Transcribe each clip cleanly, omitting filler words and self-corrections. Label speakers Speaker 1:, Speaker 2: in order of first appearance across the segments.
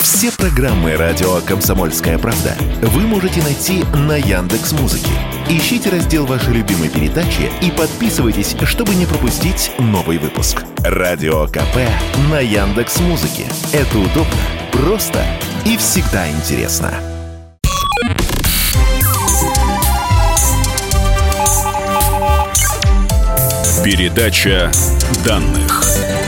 Speaker 1: Все программы радио «Комсомольская правда» вы можете найти на Яндекс.Музыке. Ищите раздел вашей любимой передачи и подписывайтесь, чтобы не пропустить новый выпуск. Радио КП на Яндекс.Музыке. Это удобно, просто и всегда интересно. Передача данных.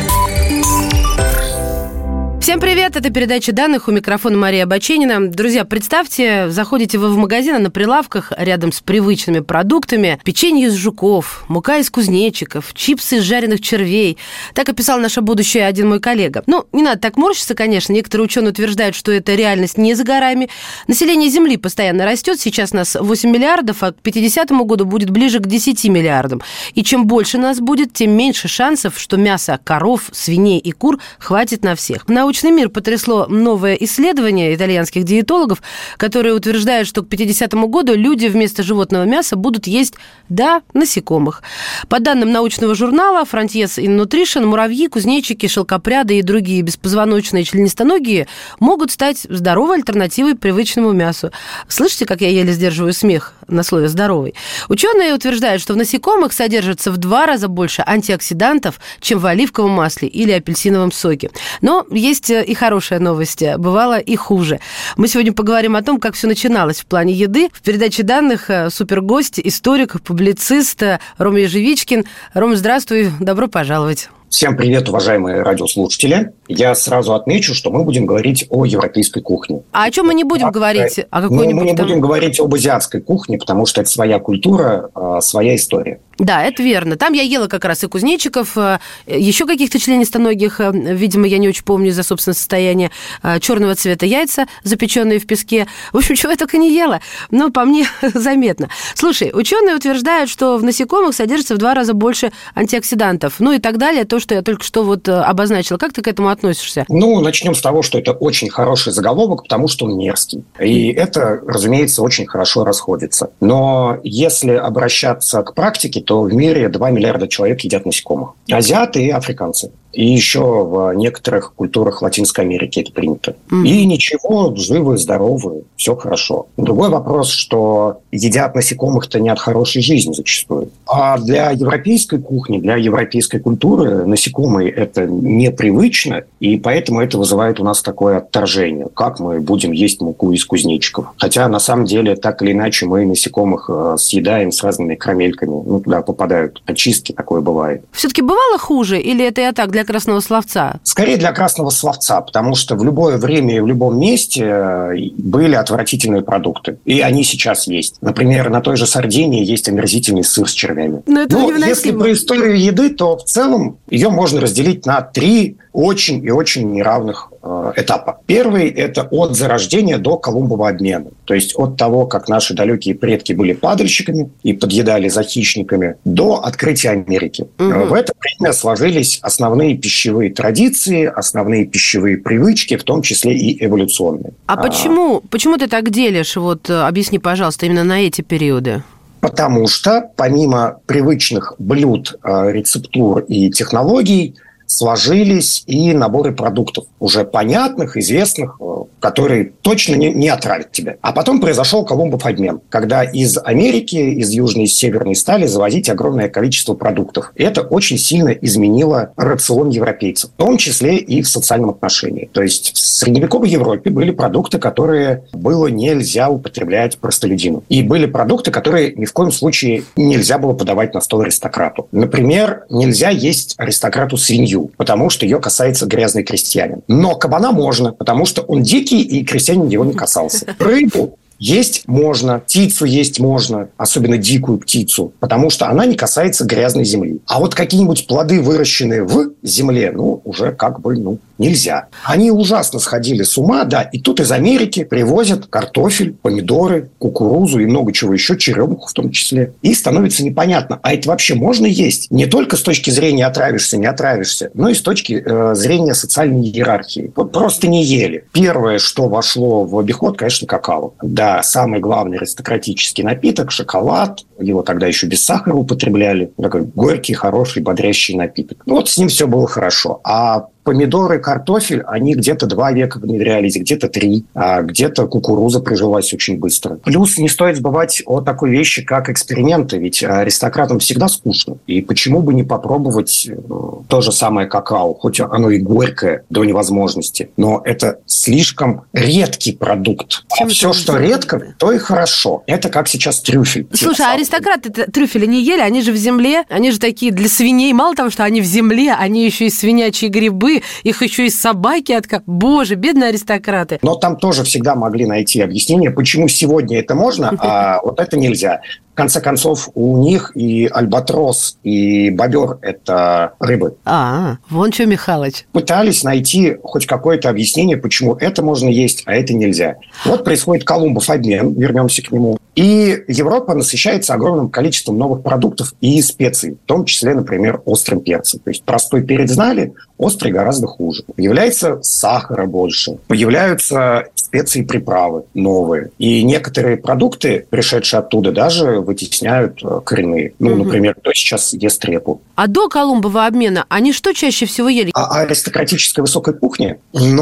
Speaker 2: Всем привет, это передача данных, у микрофона Мария Баченина. Друзья, представьте, заходите вы в магазин, а на прилавках рядом с привычными продуктами печенье из жуков, мука из кузнечиков, чипсы из жареных червей. Так описал наше будущее один мой коллега. Ну, не надо так морщиться, конечно. Некоторые ученые утверждают, что эта реальность не за горами. Население Земли постоянно растет. Сейчас нас 8 миллиардов, а к 50-му году будет ближе к 10 миллиардам. И чем больше нас будет, тем меньше шансов, что мяса коров, свиней и кур хватит на всех. Научный мир потрясло новое исследование итальянских диетологов, которые утверждают, что к 50-му году люди вместо животного мяса будут есть, насекомых. По данным научного журнала Frontiers in Nutrition, муравьи, кузнечики, шелкопряды и другие беспозвоночные членистоногие могут стать здоровой альтернативой привычному мясу. Слышите, как я еле сдерживаю смех на слове «здоровый»? Ученые утверждают, что в насекомых содержится в 2 раза больше антиоксидантов, чем в оливковом масле или апельсиновом соке. Но есть и хорошая новость. Бывало и хуже. Мы сегодня поговорим о том, как все начиналось в плане еды. В передаче данных супергость, историк, публицист Рома Ежевичкин. Рома, здравствуй, добро пожаловать.
Speaker 3: Всем привет, уважаемые радиослушатели. Я сразу отмечу, что мы будем говорить о европейской кухне.
Speaker 2: А о чем мы не будем говорить?
Speaker 3: Мы не будем говорить об азиатской кухне, потому что это своя культура, своя история.
Speaker 2: Да, это верно. Там я ела как раз и кузнечиков, еще каких-то членистоногих, видимо, я не очень помню из-за собственного состояния, черного цвета яйца, запеченные в песке. В общем, чего я только не ела, но по мне заметно. Слушай, ученые утверждают, что в насекомых содержится в 2 раза больше антиоксидантов, ну и так далее, то, что я только что вот обозначила. Как ты к этому относишься?
Speaker 3: Ну, начнем с того, что это очень хороший заголовок, потому что он мерзкий. И это, разумеется, очень хорошо расходится. Но если обращаться к практике, то в мире 2 миллиарда человек едят насекомых. Азиаты и африканцы. И еще в некоторых культурах Латинской Америки это принято. И ничего, живы, здоровы, все хорошо. Другой вопрос, что едят насекомых-то не от хорошей жизни зачастую. А для европейской кухни, для европейской культуры насекомые это непривычно, и поэтому это вызывает у нас такое отторжение. Как мы будем есть муку из кузнечиков? Хотя, на самом деле, так или иначе, мы насекомых съедаем с разными карамельками. Ну, туда попадают очистки, такое бывает.
Speaker 2: Все-таки бывало хуже? Или это я так, для красного словца?
Speaker 3: Скорее для красного словца, потому что в любое время и в любом месте были отвратительные продукты. И они сейчас есть. Например, на той же Сардинии есть омерзительный сыр с червями. Но если про историю еды, то в целом ее можно разделить на 3 очень и очень неравных этапа. Первый – это от зарождения до Колумбова обмена. То есть от того, как наши далекие предки были падальщиками и подъедали за хищниками, до открытия Америки. В это время сложились основные пищевые традиции, основные пищевые привычки, в том числе и эволюционные.
Speaker 2: А почему ты так делишь? Вот объясни, пожалуйста, именно на эти периоды.
Speaker 3: Потому что помимо привычных блюд, рецептур и технологий, сложились и наборы продуктов, уже понятных, известных, которые точно не отравят тебя. А потом произошел Колумбов обмен, когда из Америки, из Южной и Северной стали завозить огромное количество продуктов. И это очень сильно изменило рацион европейцев, в том числе и в социальном отношении. То есть в средневековой Европе были продукты, которые было нельзя употреблять простолюдину. И были продукты, которые ни в коем случае нельзя было подавать на стол аристократу. Например, нельзя есть аристократу свинью, потому что ее касается грязный крестьянин. Но кабана можно, потому что он дикий, и крестьянин его не касался. Рыбу есть можно, птицу есть можно, особенно дикую птицу, потому что она не касается грязной земли. А вот какие-нибудь плоды, выращенные в земле, уже нельзя. Они ужасно сходили с ума, и тут из Америки привозят картофель, помидоры, кукурузу и много чего еще, черемуху в том числе. И становится непонятно, а это вообще можно есть? Не только с точки зрения отравишься, не отравишься, но и с точки зрения социальной иерархии. Вот просто не ели. Первое, что вошло в обиход, конечно, какао. Да, самый главный аристократический напиток – шоколад. Его тогда еще без сахара употребляли. Такой горький, хороший, бодрящий напиток. Вот с ним все было хорошо. А помидоры, картофель, они где-то 2 века внедрялись, где-то 3, а где-то кукуруза прижилась очень быстро. Плюс не стоит забывать о такой вещи, как эксперименты, ведь аристократам всегда скучно. И почему бы не попробовать то же самое какао, хоть оно и горькое до невозможности, но это слишком редкий продукт. А все, что редко, то и хорошо. Это как сейчас трюфель.
Speaker 2: Слушай, а аристократы трюфели не ели? Они же в земле, они же такие для свиней. Мало того, что они в земле, они еще и свинячьи грибы, их еще и собаки Боже, бедные аристократы.
Speaker 3: Но там тоже всегда могли найти объяснение, почему сегодня это можно, а вот это нельзя. В конце концов, у них и альбатрос, и бобер – это рыбы.
Speaker 2: Вон что, Михалыч.
Speaker 3: Пытались найти хоть какое-то объяснение, почему это можно есть, а это нельзя. Вот происходит Колумбов обмен, вернемся к нему. И Европа насыщается огромным количеством новых продуктов и специй, в том числе, например, острым перцем. То есть простой перец знали, острый гораздо хуже. Появляется сахара больше, появляются специи и приправы новые. И некоторые продукты, пришедшие оттуда, даже вытесняют коренные. Например, кто сейчас ест репу.
Speaker 2: А до Колумбова обмена они что чаще всего ели?
Speaker 3: Аристократической высокой кухни?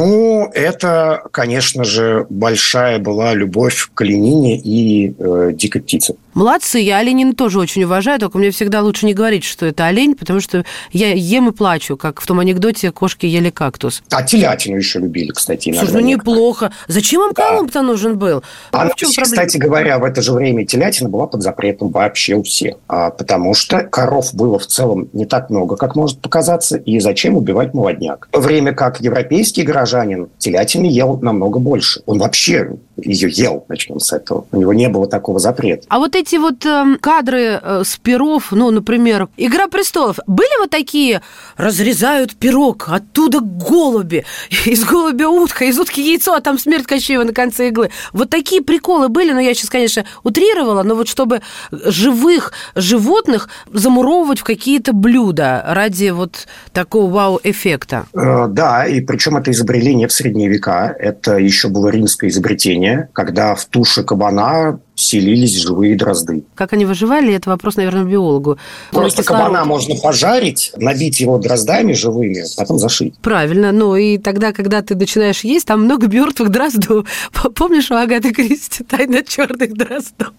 Speaker 3: Это, конечно же, большая была любовь к оленине и дикой птице.
Speaker 2: Молодцы, я оленину тоже очень уважаю, только мне всегда лучше не говорить, что это олень, потому что я ем и плачу, как в том анекдоте «Кошки ели кактус».
Speaker 3: А телятину еще любили, кстати, иногда.
Speaker 2: Слушай, неплохо. Зачем им Колумб-то нужен был?
Speaker 3: Кстати говоря, в это же время телятина была под запретом вообще у всех, потому что коров было в целом не так много, как может показаться, и зачем убивать молодняк? В то время как европейский горожанин телятины ел намного больше. Он вообще ее ел, начнем с этого. У него не было такого запрета.
Speaker 2: А вот эти вот кадры с пиров, например, «Игра престолов», были вот такие, разрезают пирог, оттуда голуби, из голубя утка, из утки яйцо, а там смерть Кощеева на конце иглы. Вот такие приколы были, я сейчас, конечно, утрировала, но вот чтобы живых животных замуровывать в какие-то блюда ради вот такого вау-эффекта.
Speaker 3: Да, и причем это изобрели не в средние века, это еще было римское изобретение, когда в туши кабана селились живые дрозды.
Speaker 2: Как они выживали, это вопрос, наверное, биологу.
Speaker 3: Просто кабана можно пожарить, набить его дроздами живыми, потом зашить.
Speaker 2: Правильно. И тогда, когда ты начинаешь есть, там много мертвых дроздов. Помнишь у Агаты Кристи «Тайна черных дроздов»?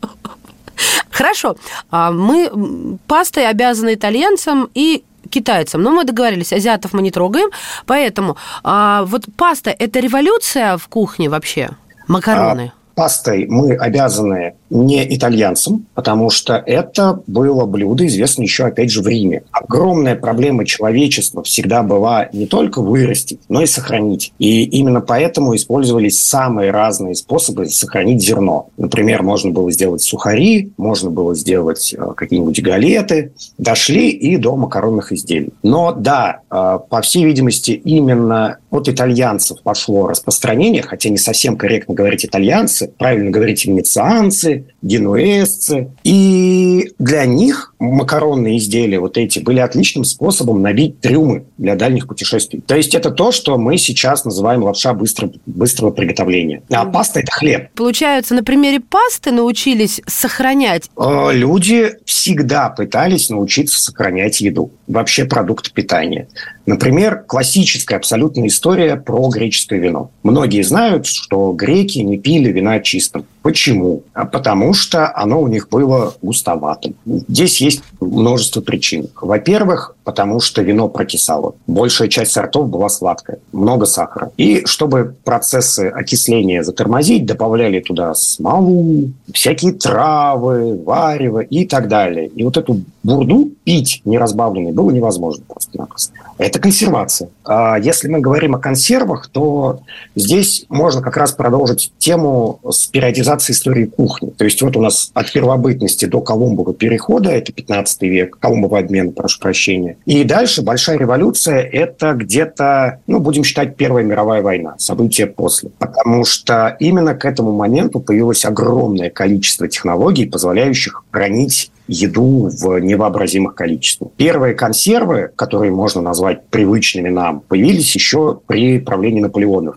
Speaker 2: Хорошо. Мы пастой обязаны итальянцам и китайцам. Но мы договорились, азиатов мы не трогаем. Поэтому вот паста – это революция в кухне вообще? Макароны?
Speaker 3: Пастой мы обязаны не итальянцам, потому что это было блюдо, известное еще, опять же, в Риме. Огромная проблема человечества всегда была не только вырастить, но и сохранить. И именно поэтому использовались самые разные способы сохранить зерно. Например, можно было сделать сухари, можно было сделать какие-нибудь галеты. Дошли и до макаронных изделий. Но да, по всей видимости, именно от итальянцев пошло распространение, хотя не совсем корректно говорить итальянцы, правильно говорить венецианцы, генуэзцы. И для них макаронные изделия вот эти были отличным способом набить трюмы для дальних путешествий. То есть это то, что мы сейчас называем лапша быстрого приготовления. А паста – это хлеб.
Speaker 2: Получается, на примере пасты научились сохранять?
Speaker 3: Люди всегда пытались научиться сохранять еду. Вообще продукты питания. Например, классическая абсолютная история про греческое вино. Многие знают, что греки не пили вина чистым. Почему? Потому что оно у них было густоватым. Здесь есть множество причин. Во-первых, потому что вино прокисало. Большая часть сортов была сладкая. Много сахара. И чтобы процессы окисления затормозить, добавляли туда смолу, всякие травы, варево и так далее. И вот эту бурду пить неразбавленной было невозможно просто-напросто. Это консервация. А если мы говорим о консервах, то здесь можно как раз продолжить тему с периодизацией истории кухни. То есть вот у нас от первобытности до Колумбова перехода, это 15 век, Колумбова обмена, прошу прощения. И дальше большая революция – это где-то, будем считать, Первая мировая война, события после. Потому что именно к этому моменту появилось огромное количество технологий, позволяющих хранить еду в невообразимых количествах. Первые консервы, которые можно назвать привычными нам, появились еще при правлении Наполеона в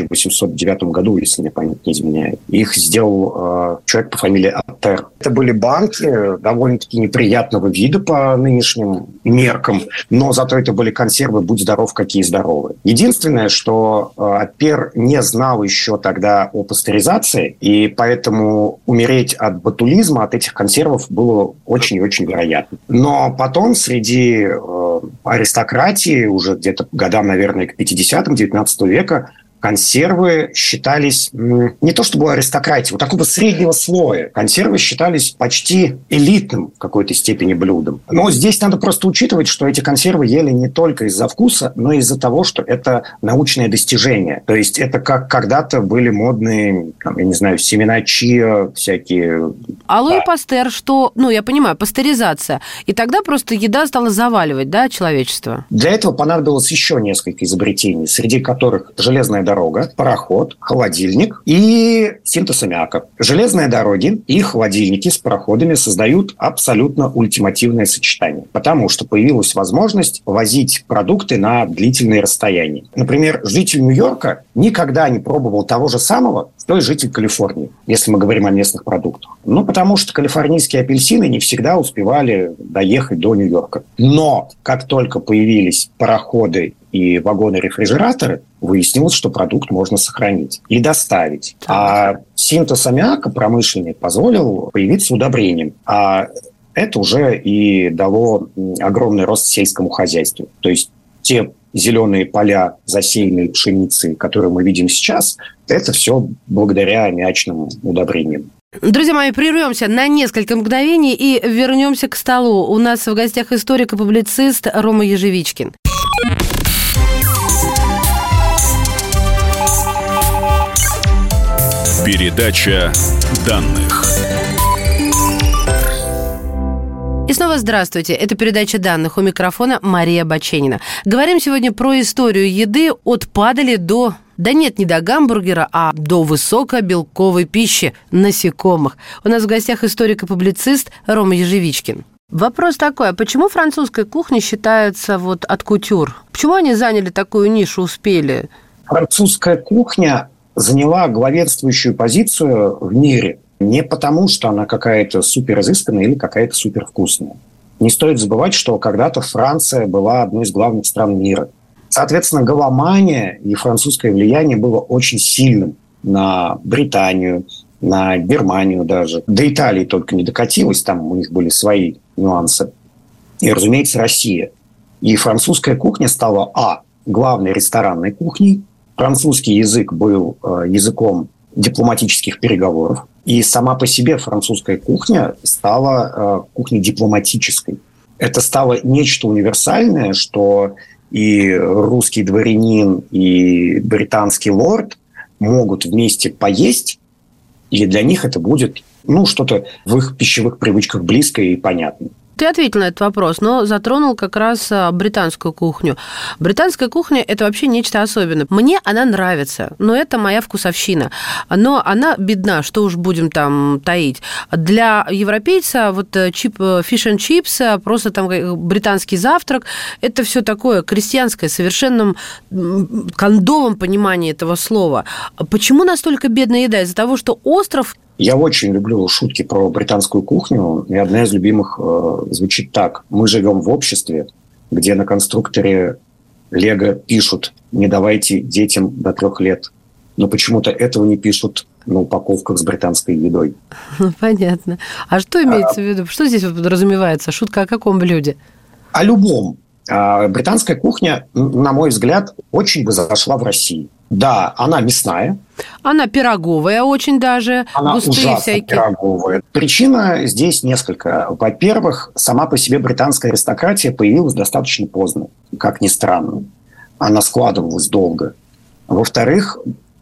Speaker 3: 1809 году, если мне память не изменяет. Их сделал человек по фамилии Аттер. Это были банки довольно-таки неприятного вида по нынешним меркам, но зато это были консервы «Будь здоров, какие здоровые». Единственное, что Аттер не знал еще тогда о пастеризации, и поэтому умереть от ботулизма от этих консервов было очень и очень вероятно. Но потом среди аристократии, уже где-то годам, наверное, к 50-м, 19 века, консервы считались не то чтобы аристократии, вот такого среднего слоя. Консервы считались почти элитным в какой-то степени блюдом. Но здесь надо просто учитывать, что эти консервы ели не только из-за вкуса, но и из-за того, что это научное достижение. То есть это как когда-то были модные, там, я не знаю, семена чиа всякие.
Speaker 2: А Луи Пастер, что, я понимаю, пастеризация. И тогда просто еда стала заваливать, да, человечество?
Speaker 3: Для этого понадобилось еще несколько изобретений, среди которых железная дорога, пароход, холодильник и синтез аммиака. Железные дороги и холодильники с пароходами создают абсолютно ультимативное сочетание, потому что появилась возможность возить продукты на длительные расстояния. Например, житель Нью-Йорка никогда не пробовал того же самого, что и житель Калифорнии, если мы говорим о местных продуктах. Потому что калифорнийские апельсины не всегда успевали доехать до Нью-Йорка. Но как только появились пароходы и вагоны-рефрижераторы, выяснилось, что продукт можно сохранить и доставить. А синтез аммиака промышленный позволил появиться удобрением. А это уже и дало огромный рост сельскому хозяйству. То есть те зеленые поля, засеянные пшеницей, которые мы видим сейчас, это все благодаря аммиачным удобрениям.
Speaker 2: Друзья мои, прервемся на несколько мгновений и вернемся к столу. У нас в гостях историк и публицист Рома Ежевичкин.
Speaker 1: Передача данных.
Speaker 2: И снова здравствуйте. Это передача данных. У микрофона Мария Баченина. Говорим сегодня про историю еды от падали до... Да нет, не до гамбургера, а до высокобелковой пищи, насекомых. У нас в гостях историк и публицист Рома Ежевичкин. Вопрос такой, а почему французская кухня считается от кутюр? Почему они заняли такую нишу, успели?
Speaker 3: Французская кухня заняла главенствующую позицию в мире не потому, что она какая-то супер изысканная или какая-то супер вкусная. Не стоит забывать, что когда-то Франция была одной из главных стран мира. Соответственно, голомания и французское влияние было очень сильным на Британию, на Германию даже. До Италии только не докатилось, там у них были свои нюансы. И, разумеется, Россия. И французская кухня стала главной ресторанной кухней. Французский язык был языком дипломатических переговоров. И сама по себе французская кухня стала кухней дипломатической. Это стало нечто универсальное, что и русский дворянин, и британский лорд могут вместе поесть, и для них это будет что-то в их пищевых привычках близкое и понятное.
Speaker 2: Ты ответил на этот вопрос, но затронул как раз британскую кухню. Британская кухня – это вообще нечто особенное. Мне она нравится, но это моя вкусовщина. Но она бедна, что уж будем там таить. Для европейца фиш энд чипс, просто там британский завтрак – это все такое крестьянское, в совершенном кондовом понимании этого слова. Почему настолько бедная еда? Из-за того, что остров...
Speaker 3: Я очень люблю шутки про британскую кухню, и одна из любимых звучит так. Мы живем в обществе, где на конструкторе Лего пишут «не давайте детям до 3 лет». Но почему-то этого не пишут на упаковках с британской едой.
Speaker 2: Понятно. А что имеется в виду? Что здесь подразумевается? Шутка о каком блюде?
Speaker 3: О любом. Британская кухня, на мой взгляд, очень бы зашла в России. Да, она мясная.
Speaker 2: Она пироговая очень даже.
Speaker 3: Она ужасно
Speaker 2: всякие.
Speaker 3: Пироговая. Причина здесь несколько. Во-первых, сама по себе британская аристократия появилась достаточно поздно, как ни странно. Она складывалась долго. Во-вторых,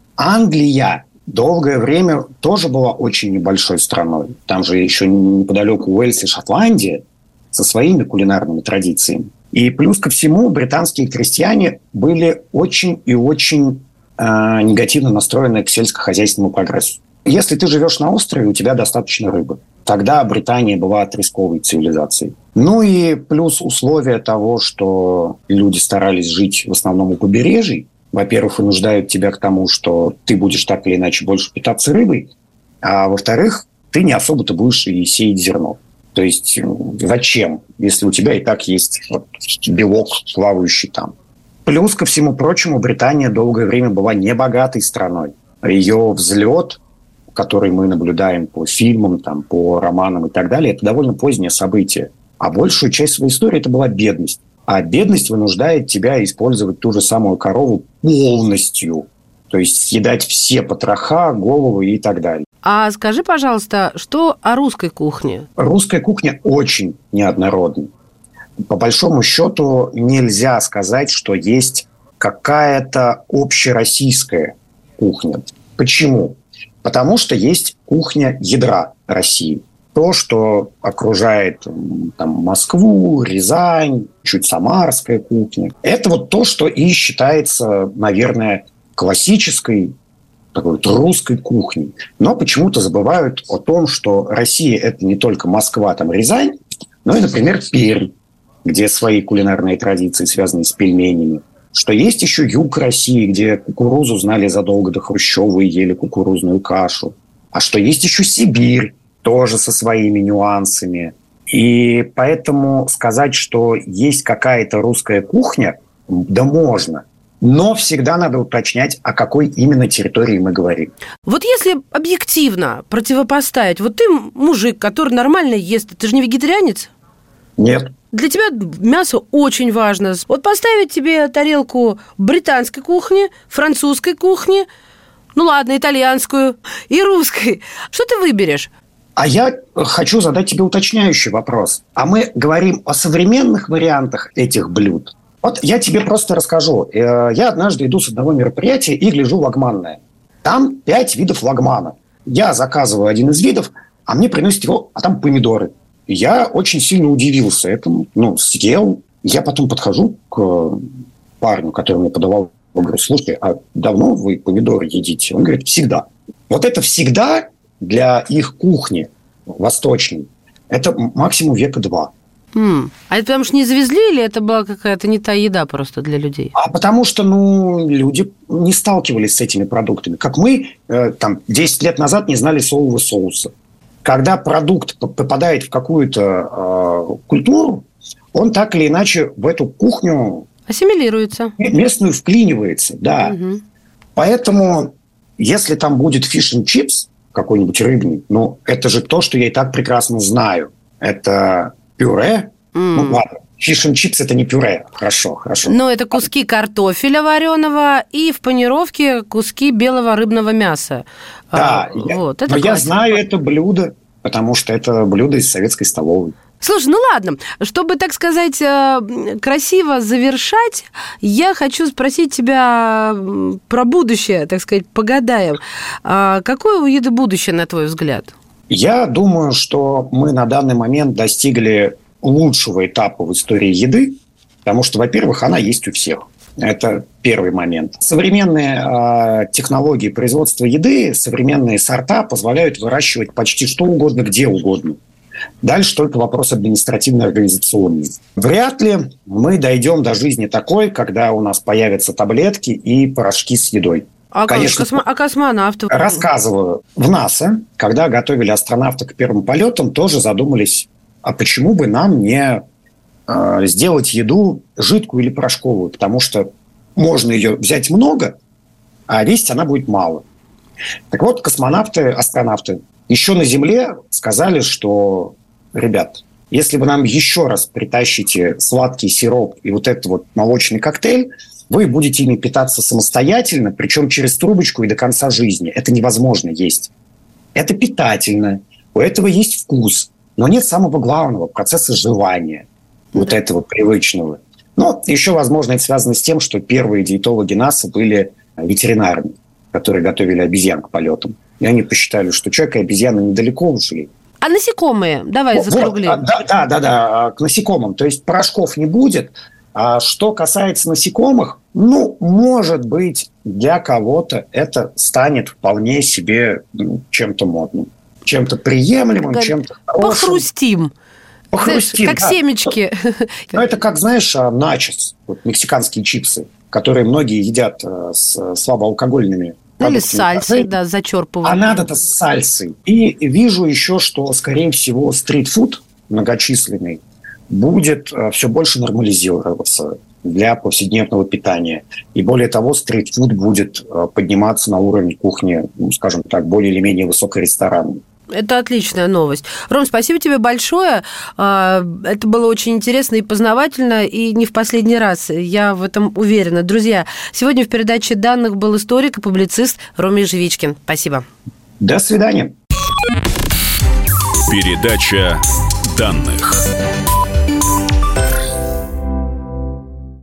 Speaker 3: Англия долгое время тоже была очень небольшой страной. Там же еще неподалеку Уэльс и Шотландия со своими кулинарными традициями. И плюс ко всему британские крестьяне были очень и очень негативно настроены к сельскохозяйственному прогрессу. Если ты живешь на острове, у тебя достаточно рыбы. Тогда Британия была отрезковой цивилизацией. Ну и плюс условия того, что люди старались жить в основном у побережий. Во-первых, вынуждают тебя к тому, что ты будешь так или иначе больше питаться рыбой. А во-вторых, ты не особо-то будешь и сеять зерно. То есть зачем, если у тебя и так есть белок, плавающий там. Плюс, ко всему прочему, Британия долгое время была небогатой страной. Ее взлет, который мы наблюдаем по фильмам, там, по романам и так далее, это довольно позднее событие. А большую часть своей истории это была бедность. А бедность вынуждает тебя использовать ту же самую корову полностью. То есть съедать все потроха, головы и так далее.
Speaker 2: А скажи, пожалуйста, что о русской кухне?
Speaker 3: Русская кухня очень неоднородна. По большому счету нельзя сказать, что есть какая-то общероссийская кухня. Почему? Потому что есть кухня ядра России. То, что окружает там, Москву, Рязань, чуть самарская кухня. Это вот то, что и считается, наверное, классической такой вот русской кухней. Но почему-то забывают о том, что Россия – это не только Москва, там, Рязань, но и, например, Пермь, где свои кулинарные традиции связаны с пельменями. Что есть еще юг России, где кукурузу знали задолго до Хрущева и ели кукурузную кашу. А что есть еще Сибирь, тоже со своими нюансами. И поэтому сказать, что есть какая-то русская кухня, да можно. Но всегда надо уточнять, о какой именно территории мы говорим.
Speaker 2: Вот если объективно противопоставить, вот ты мужик, который нормально ест, ты же не вегетарианец?
Speaker 3: Нет.
Speaker 2: Для тебя мясо очень важно. Вот поставить тебе тарелку британской кухни, французской кухни, ну ладно, итальянскую и русской. Что ты выберешь?
Speaker 3: А я хочу задать тебе уточняющий вопрос. А мы говорим о современных вариантах этих блюд? Вот я тебе просто расскажу. Я однажды иду с одного мероприятия и гляжу лагманное. Там 5 видов лагмана. Я заказываю один из видов, а мне приносят его, а там помидоры. Я очень сильно удивился этому. Съел. Я потом подхожу к парню, который мне подавал. Я говорю, слушай, а давно вы помидоры едите? Он говорит, всегда. Вот это всегда для их кухни восточной, это максимум века 2.
Speaker 2: А это потому что не завезли, или это была какая-то не та еда просто для людей?
Speaker 3: А потому что, люди не сталкивались с этими продуктами. Как мы, 10 лет назад не знали соевого соуса. Когда продукт попадает в какую-то культуру, он так или иначе в эту кухню
Speaker 2: ассимилируется.
Speaker 3: Местную вклинивается, да. Угу. Поэтому, если там будет фиш энд чипс, какой-нибудь рыбный, это же то, что я и так прекрасно знаю. Это пюре. Ладно, фиш энд чипс – это не пюре. Хорошо.
Speaker 2: Но это куски картофеля вареного и в панировке куски белого рыбного мяса.
Speaker 3: Да,
Speaker 2: но
Speaker 3: я знаю это блюдо, потому что это блюдо из советской столовой.
Speaker 2: Слушай, ладно, чтобы, так сказать, красиво завершать, я хочу спросить тебя про будущее, так сказать, погадаем. Какое у еды будущее, на твой взгляд?
Speaker 3: Я думаю, что мы на данный момент достигли лучшего этапа в истории еды, потому что, во-первых, она есть у всех. Это первый момент. Современные технологии производства еды, современные сорта позволяют выращивать почти что угодно, где угодно. Дальше только вопрос административно-организационный. Вряд ли мы дойдем до жизни такой, когда у нас появятся таблетки и порошки с едой.
Speaker 2: Конечно, космонавты?
Speaker 3: Рассказываю. В НАСА, когда готовили астронавта к первым полетам, тоже задумались, а почему бы нам не сделать еду жидкую или порошковую, потому что можно ее взять много, а весить она будет мало. Так вот, космонавты, астронавты еще на Земле сказали, что, ребят, если вы нам еще раз притащите сладкий сироп и вот этот вот молочный коктейль, вы будете ими питаться самостоятельно, причем через трубочку и до конца жизни. Это невозможно есть. Это питательно, у этого есть вкус, но нет самого главного – процесса жевания, вот этого привычного. Но еще, возможно, это связано с тем, что первые диетологи НАСА были ветеринарами, которые готовили обезьян к полетам. И они посчитали, что человек и обезьяна недалеко ушли.
Speaker 2: А насекомые? Давай закруглим.
Speaker 3: Да, к насекомым. То есть порошков не будет. А что касается насекомых, может быть, для кого-то это станет вполне себе чем-то модным. чем-то приемлемым, чем-то хорошим.
Speaker 2: Похрустим.
Speaker 3: Похрустим,
Speaker 2: как семечки.
Speaker 3: Ну, это как, знаешь, начос, вот, мексиканские чипсы, которые многие едят с слабоалкогольными продуктами.
Speaker 2: Или с сальсой, да, зачерпывают.
Speaker 3: А надо-то с сальсой. И вижу еще, что, скорее всего, стритфуд многочисленный будет все больше нормализироваться для повседневного питания. И более того, стритфуд будет подниматься на уровень кухни, скажем так, более или менее высокоресторанной.
Speaker 2: Это отличная новость. Ром, спасибо тебе большое. Это было очень интересно и познавательно, и не в последний раз. Я в этом уверена. Друзья, сегодня в передаче данных был историк и публицист Рома Ежевичкин. Спасибо.
Speaker 3: До свидания.
Speaker 1: Передача данных.